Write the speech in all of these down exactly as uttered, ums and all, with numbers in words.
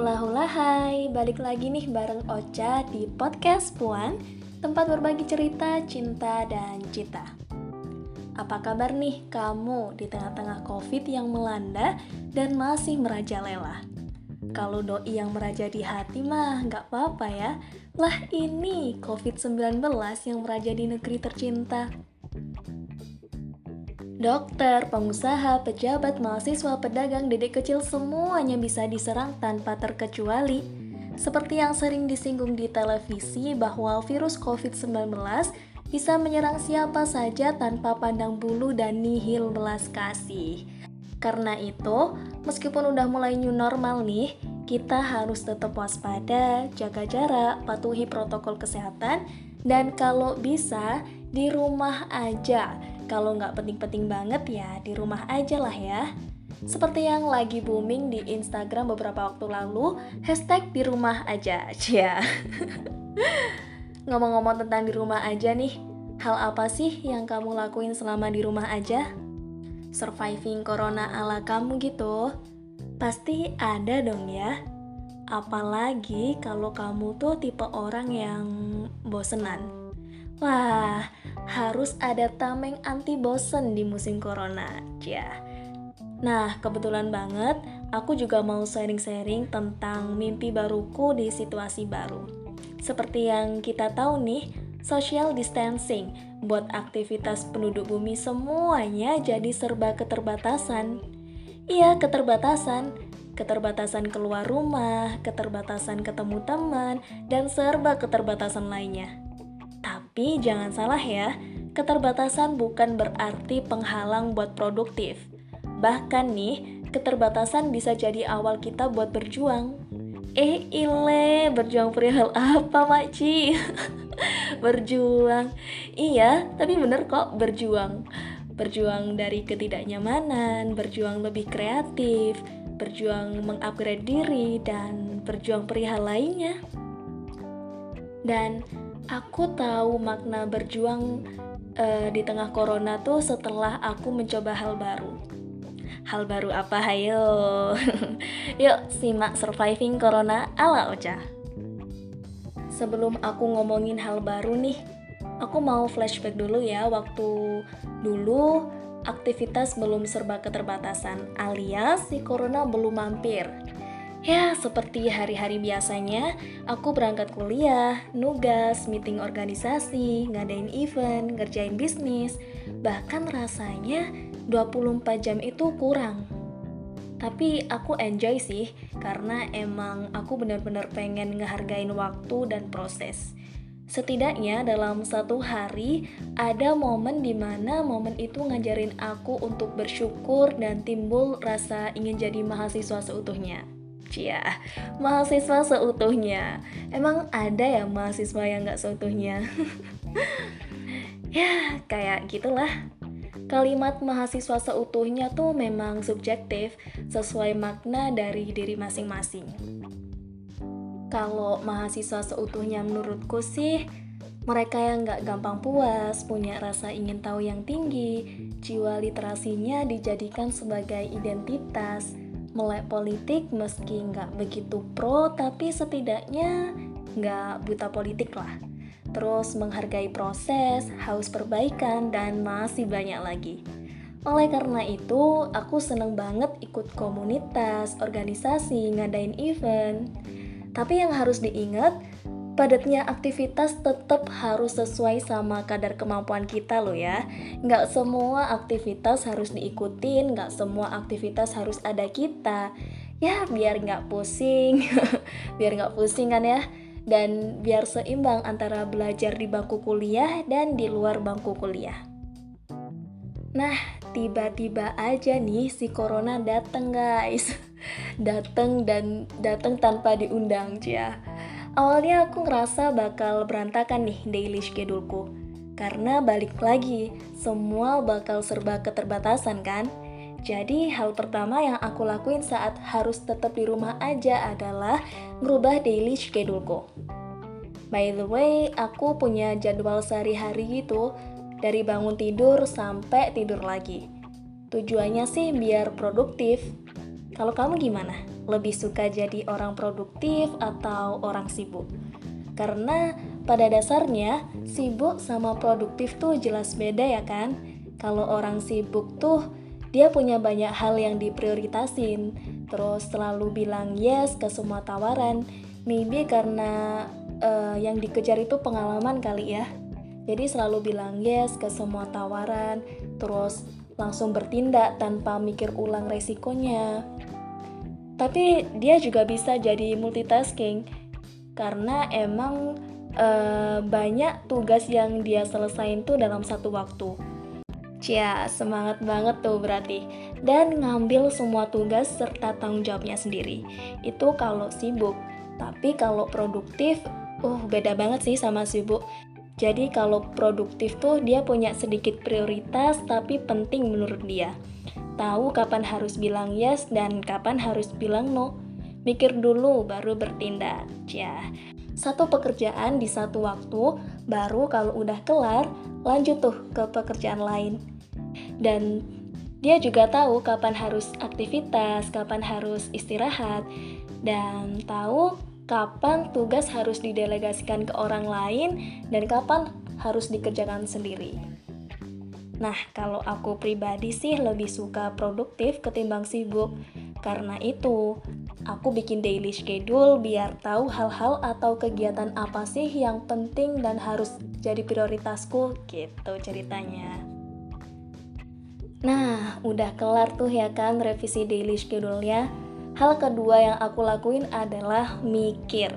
Hula hula hai, balik lagi nih bareng Ocha di podcast Puan, tempat berbagi cerita, cinta, dan cita. Apa kabar nih kamu di tengah-tengah COVID yang melanda dan masih merajalela? Kalau doi yang meraja di hati mah gak apa-apa ya. Lah ini covid sembilan belas yang meraja di negeri tercinta. Dokter, pengusaha, pejabat, mahasiswa, pedagang, dedek kecil semuanya bisa diserang tanpa terkecuali. Seperti yang sering disinggung di televisi bahwa virus covid sembilan belas bisa menyerang siapa saja tanpa pandang bulu dan nihil belas kasih. Karena itu, meskipun udah mulai new normal nih, kita harus tetap waspada, jaga jarak, patuhi protokol kesehatan, dan kalau bisa di rumah aja. Kalau nggak penting-penting banget ya di rumah aja lah ya. Seperti yang lagi booming di Instagram beberapa waktu lalu, hashtag di rumah aja. Ya. Ngomong-ngomong tentang di rumah aja nih, hal apa sih yang kamu lakuin selama di rumah aja? Surviving corona ala kamu gitu? Pasti ada dong ya. Apalagi kalau kamu tuh tipe orang yang bosenan. Wah, harus ada tameng anti bosen di musim corona, ya. Nah, kebetulan banget, aku juga mau sharing-sharing tentang mimpi baruku di situasi baru. Seperti yang kita tahu nih, social distancing buat aktivitas penduduk bumi semuanya jadi serba keterbatasan. Iya, keterbatasan. Keterbatasan keluar rumah, keterbatasan ketemu teman, dan serba keterbatasan lainnya. Tapi jangan salah ya, keterbatasan bukan berarti penghalang buat produktif. Bahkan nih, keterbatasan bisa jadi awal kita buat berjuang. Eh ile, berjuang perihal apa makci? Berjuang. Iya, tapi bener kok berjuang. Berjuang dari ketidaknyamanan, berjuang lebih kreatif, berjuang mengupgrade diri, dan berjuang perihal lainnya. Dan aku tahu makna berjuang uh, di tengah corona tuh setelah aku mencoba hal baru. Hal baru apa? Hayo. Yuk simak Surviving Corona ala Ocha. Sebelum aku ngomongin hal baru nih, aku mau flashback dulu ya waktu dulu aktivitas belum serba keterbatasan, alias si corona belum mampir. Ya, seperti hari-hari biasanya, aku berangkat kuliah, nugas, meeting organisasi, ngadain event, ngerjain bisnis. Bahkan rasanya dua puluh empat jam itu kurang. Tapi aku enjoy sih, karena emang aku benar-benar pengen ngehargain waktu dan proses. Setidaknya dalam satu hari, ada momen dimana momen itu ngajarin aku untuk bersyukur dan timbul rasa ingin jadi mahasiswa seutuhnya. Cia, mahasiswa seutuhnya. Emang ada ya mahasiswa yang gak seutuhnya? Ya, kayak gitulah. Kalimat mahasiswa seutuhnya tuh memang subjektif, sesuai makna dari diri masing-masing. Kalau mahasiswa seutuhnya menurutku sih, mereka yang gak gampang puas, punya rasa ingin tahu yang tinggi, jiwa literasinya dijadikan sebagai identitas, melek politik meski nggak begitu pro, tapi setidaknya nggak buta politik lah. Terus menghargai proses, haus perbaikan, dan masih banyak lagi. Oleh karena itu, aku seneng banget ikut komunitas, organisasi, ngadain event. Tapi yang harus diingat, padatnya aktivitas tetap harus sesuai sama kadar kemampuan kita loh ya. Nggak semua aktivitas harus diikutin, nggak semua aktivitas harus ada kita. Ya biar nggak pusing, biar nggak pusing kan ya. Dan biar seimbang antara belajar di bangku kuliah dan di luar bangku kuliah. Nah, tiba-tiba aja nih si corona dateng guys. Dateng dan dateng tanpa diundang ya. Awalnya aku ngerasa bakal berantakan nih daily scheduleku. Karena balik lagi, semua bakal serba keterbatasan kan? Jadi hal pertama yang aku lakuin saat harus tetap di rumah aja adalah ngerubah daily scheduleku. By the way, aku punya jadwal sehari-hari gitu, dari bangun tidur sampai tidur lagi. Tujuannya sih biar produktif. Kalau kamu gimana? Lebih suka jadi orang produktif atau orang sibuk? Karena pada dasarnya sibuk sama produktif tuh jelas beda ya kan? Kalau orang sibuk tuh dia punya banyak hal yang diprioritasin, terus selalu bilang yes ke semua tawaran. Maybe karena uh, yang dikejar itu pengalaman kali ya. Jadi selalu bilang yes ke semua tawaran, terus langsung bertindak tanpa mikir ulang resikonya. Tapi dia juga bisa jadi multitasking karena emang uh, banyak tugas yang dia selesain tuh dalam satu waktu. Cia, semangat banget tuh berarti. Dan ngambil semua tugas serta tanggung jawabnya sendiri. Itu kalau sibuk. Tapi kalau produktif, uh beda banget sih sama sibuk. Jadi kalau produktif tuh dia punya sedikit prioritas tapi penting menurut dia. Tahu kapan harus bilang yes dan kapan harus bilang no. Mikir dulu baru bertindak. Cia. Satu pekerjaan di satu waktu, baru kalau udah kelar, lanjut tuh ke pekerjaan lain. Dan dia juga tahu kapan harus aktivitas, kapan harus istirahat, dan tahu kapan tugas harus didelegasikan ke orang lain dan kapan harus dikerjakan sendiri. Nah, kalau aku pribadi sih lebih suka produktif ketimbang sibuk. Karena itu, aku bikin daily schedule biar tahu hal-hal atau kegiatan apa sih yang penting dan harus jadi prioritasku, gitu ceritanya. Nah, udah kelar tuh ya kan revisi daily schedule-nya. Hal kedua yang aku lakuin adalah mikir.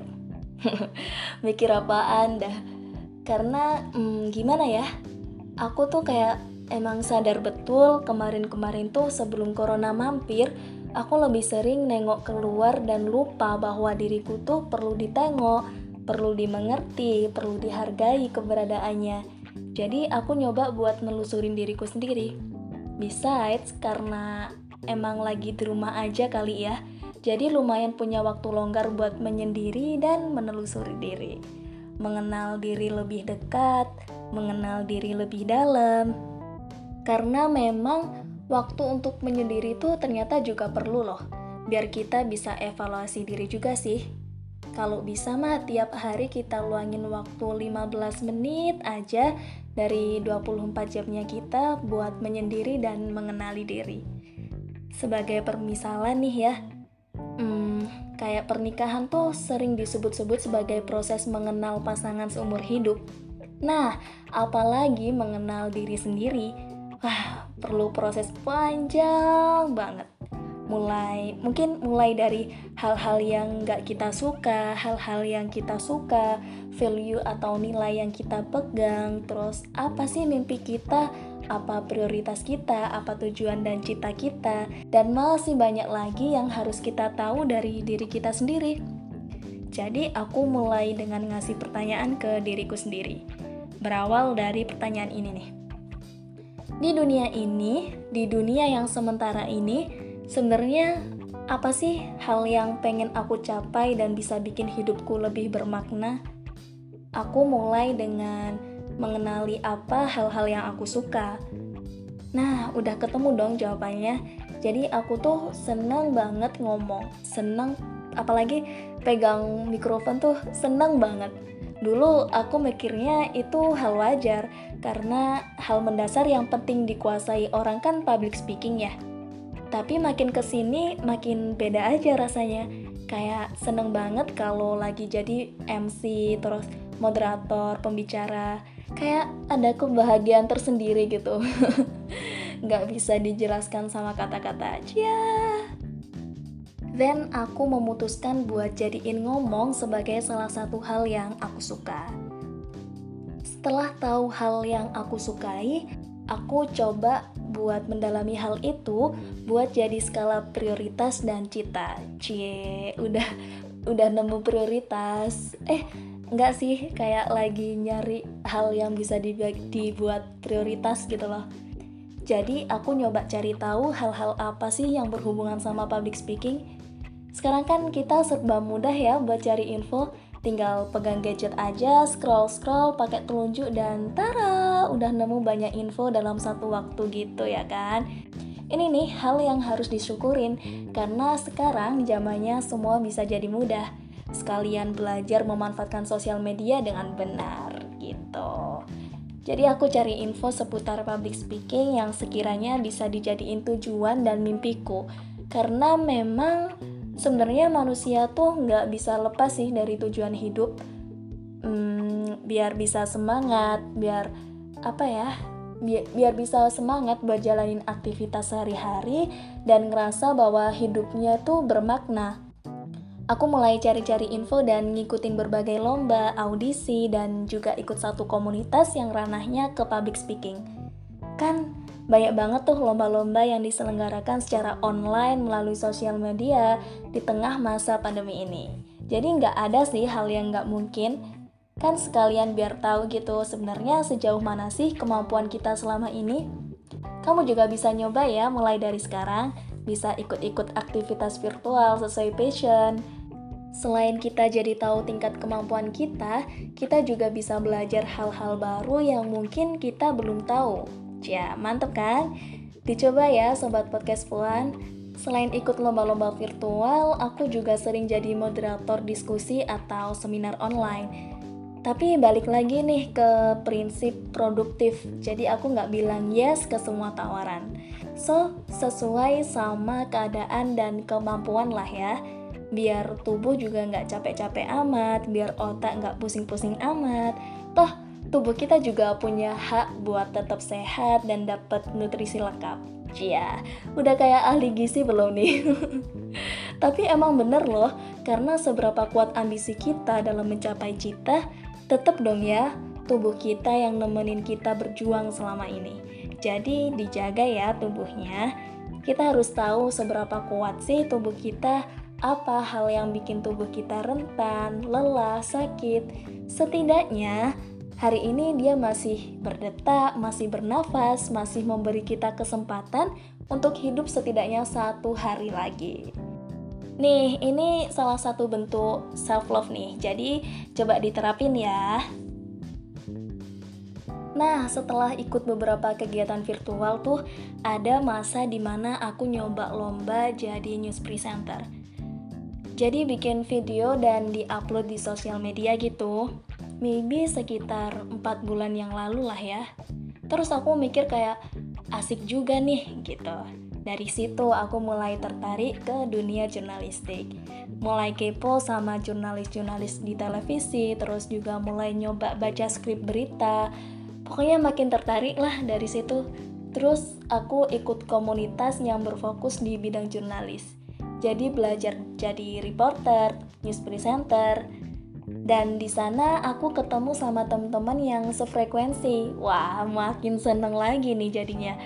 Mikir apaan dah? Karena hmm, gimana ya? Aku tuh kayak emang sadar betul kemarin-kemarin tuh sebelum corona mampir, aku lebih sering nengok keluar dan lupa bahwa diriku tuh perlu ditengok, perlu dimengerti, perlu dihargai keberadaannya. Jadi aku nyoba buat nelusurin diriku sendiri. Besides, karena emang lagi di rumah aja kali ya, jadi lumayan punya waktu longgar buat menyendiri dan menelusuri diri. Mengenal diri lebih dekat, mengenal diri lebih dalam. Karena memang waktu untuk menyendiri itu ternyata juga perlu loh, biar kita bisa evaluasi diri juga sih. Kalau bisa mah tiap hari kita luangin waktu lima belas menit aja dari dua puluh empat jamnya kita buat menyendiri dan mengenali diri. Sebagai permisalan nih ya, hmm, kayak pernikahan tuh sering disebut-sebut sebagai proses mengenal pasangan seumur hidup. Nah, apalagi mengenal diri sendiri, wah, perlu proses panjang banget. Mulai, mungkin mulai dari hal-hal yang gak kita suka, hal-hal yang kita suka, value atau nilai yang kita pegang, terus apa sih mimpi kita, apa prioritas kita, apa tujuan dan cita kita, dan masih banyak lagi yang harus kita tahu dari diri kita sendiri. Jadi aku mulai dengan ngasih pertanyaan ke diriku sendiri. Berawal dari pertanyaan ini nih. Di dunia ini, di dunia yang sementara ini, sebenarnya apa sih hal yang pengen aku capai dan bisa bikin hidupku lebih bermakna? Aku mulai dengan mengenali apa hal-hal yang aku suka. Nah, udah ketemu dong jawabannya. Jadi aku tuh seneng banget ngomong, seneng apalagi pegang mikrofon tuh seneng banget. Dulu aku mikirnya itu hal wajar, karena hal mendasar yang penting dikuasai orang kan public speaking ya. Tapi makin kesini makin beda aja rasanya. Kayak seneng banget kalau lagi jadi M C, terus moderator, pembicara. Kayak ada kebahagiaan tersendiri gitu. Gak bisa dijelaskan sama kata-kata aja. Then aku memutuskan buat jadiin ngomong sebagai salah satu hal yang aku suka. Setelah tahu hal yang aku sukai, aku coba buat mendalami hal itu buat jadi skala prioritas dan cita. Cie, udah udah nemu prioritas. Eh, enggak sih, kayak lagi nyari hal yang bisa dibuat prioritas gitu loh. Jadi aku nyoba cari tahu hal-hal apa sih yang berhubungan sama public speaking. Sekarang kan kita serba mudah ya buat cari info, tinggal pegang gadget aja, scroll-scroll pakai telunjuk dan tara, udah nemu banyak info dalam satu waktu gitu ya kan. Ini nih hal yang harus disyukurin, karena sekarang zamannya semua bisa jadi mudah. Sekalian belajar memanfaatkan sosial media dengan benar gitu. Jadi aku cari info seputar public speaking yang sekiranya bisa dijadiin tujuan dan mimpiku. Karena memang sebenarnya manusia tuh nggak bisa lepas sih dari tujuan hidup. Hmm, biar bisa semangat, biar apa ya? Biar, biar bisa semangat buat jalanin aktivitas sehari-hari dan ngerasa bahwa hidupnya tuh bermakna. Aku mulai cari-cari info dan ngikutin berbagai lomba, audisi, dan juga ikut satu komunitas yang ranahnya ke public speaking. Kan banyak banget tuh lomba-lomba yang diselenggarakan secara online melalui sosial media di tengah masa pandemi ini. Jadi nggak ada sih hal yang nggak mungkin. Kan sekalian biar tahu gitu sebenarnya sejauh mana sih kemampuan kita selama ini. Kamu juga bisa nyoba ya mulai dari sekarang, bisa ikut-ikut aktivitas virtual sesuai passion. Selain kita jadi tahu tingkat kemampuan kita, kita juga bisa belajar hal-hal baru yang mungkin kita belum tahu. Ya, mantep kan? Dicoba ya Sobat Podcast Puan. Selain ikut lomba-lomba virtual, aku juga sering jadi moderator diskusi atau seminar online. Tapi balik lagi nih ke prinsip produktif, jadi aku nggak bilang yes ke semua tawaran. So, sesuai sama keadaan dan kemampuan lah ya. Biar tubuh juga nggak capek-capek amat, biar otak nggak pusing-pusing amat. Toh, tubuh kita juga punya hak buat tetap sehat dan dapat nutrisi lengkap. Cia, udah kayak ahli gizi belum nih? Tapi emang bener loh, karena seberapa kuat ambisi kita dalam mencapai cita, tetap dong ya, tubuh kita yang nemenin kita berjuang selama ini. Jadi dijaga ya tubuhnya. Kita harus tahu seberapa kuat sih tubuh kita, apa hal yang bikin tubuh kita rentan, lelah, sakit. Setidaknya hari ini dia masih berdetak, masih bernafas, masih memberi kita kesempatan untuk hidup setidaknya satu hari lagi. Nih, ini salah satu bentuk self-love nih, jadi coba diterapin ya. Nah, setelah ikut beberapa kegiatan virtual tuh, ada masa dimana aku nyoba lomba jadi news presenter. Jadi bikin video dan di-upload di sosial media gitu. Maybe sekitar empat bulan yang lalu lah ya. Terus aku mikir kayak, asik juga nih gitu. Dari situ aku mulai tertarik ke dunia jurnalistik. Mulai kepo sama jurnalis-jurnalis di televisi, terus juga mulai nyoba baca skrip berita. Pokoknya makin tertarik lah dari situ. Terus aku ikut komunitas yang berfokus di bidang jurnalis. Jadi belajar jadi reporter, news presenter. Dan di sana aku ketemu sama teman-teman yang sefrekuensi. Wah, makin seneng lagi nih jadinya.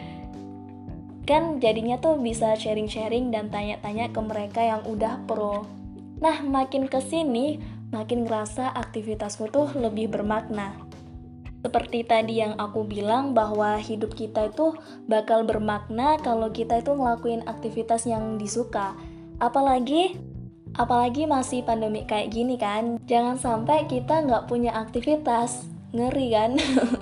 Kan jadinya tuh bisa sharing-sharing dan tanya-tanya ke mereka yang udah pro. Nah, makin kesini, makin ngerasa aktivitasku tuh lebih bermakna. Seperti tadi yang aku bilang bahwa hidup kita itu bakal bermakna kalau kita itu ngelakuin aktivitas yang disuka. Apalagi, apalagi masih pandemi kayak gini kan. Jangan sampai kita nggak punya aktivitas. Ngeri kan?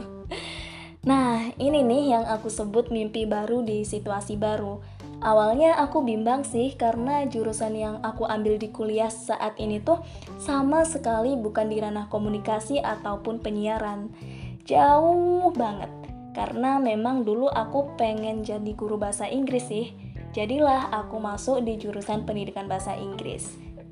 Nah, ini nih yang aku sebut mimpi baru di situasi baru. Awalnya aku bimbang sih karena jurusan yang aku ambil di kuliah saat ini tuh sama sekali bukan di ranah komunikasi ataupun penyiaran. Jauh banget. Karena memang dulu aku pengen jadi guru bahasa Inggris sih. Jadilah aku masuk di jurusan pendidikan bahasa Inggris.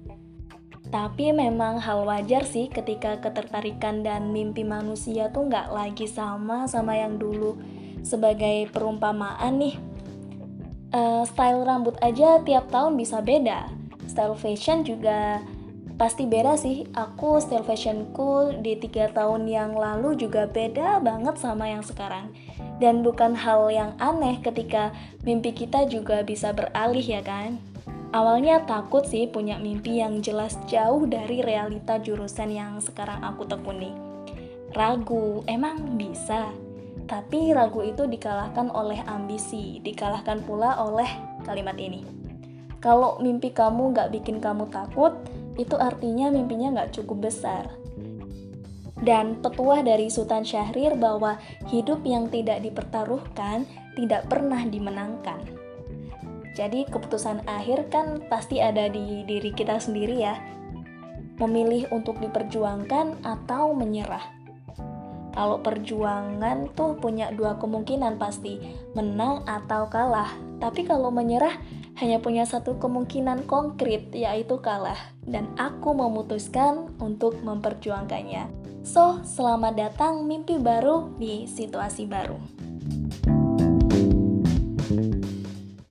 Tapi memang hal wajar sih ketika ketertarikan dan mimpi manusia tuh nggak lagi sama sama yang dulu. Sebagai perumpamaan nih, uh, style rambut aja tiap tahun bisa beda. Style fashion juga pasti beda sih. Aku style fashionku di tiga tahun yang lalu juga beda banget sama yang sekarang. Dan bukan hal yang aneh ketika mimpi kita juga bisa beralih ya kan. Awalnya takut sih punya mimpi yang jelas jauh dari realita jurusan yang sekarang aku tekuni. Ragu, emang bisa? Tapi ragu itu dikalahkan oleh ambisi, dikalahkan pula oleh kalimat ini. Kalau mimpi kamu gak bikin kamu takut, itu artinya mimpinya gak cukup besar. Dan petuah dari Sultan Syahrir bahwa hidup yang tidak dipertaruhkan tidak pernah dimenangkan. Jadi keputusan akhir kan pasti ada di diri kita sendiri ya. Memilih untuk diperjuangkan atau menyerah. Kalau perjuangan tuh punya dua kemungkinan pasti, menang atau kalah. Tapi kalau menyerah hanya punya satu kemungkinan konkret, yaitu kalah. Dan aku memutuskan untuk memperjuangkannya. So, selamat datang mimpi baru di situasi baru.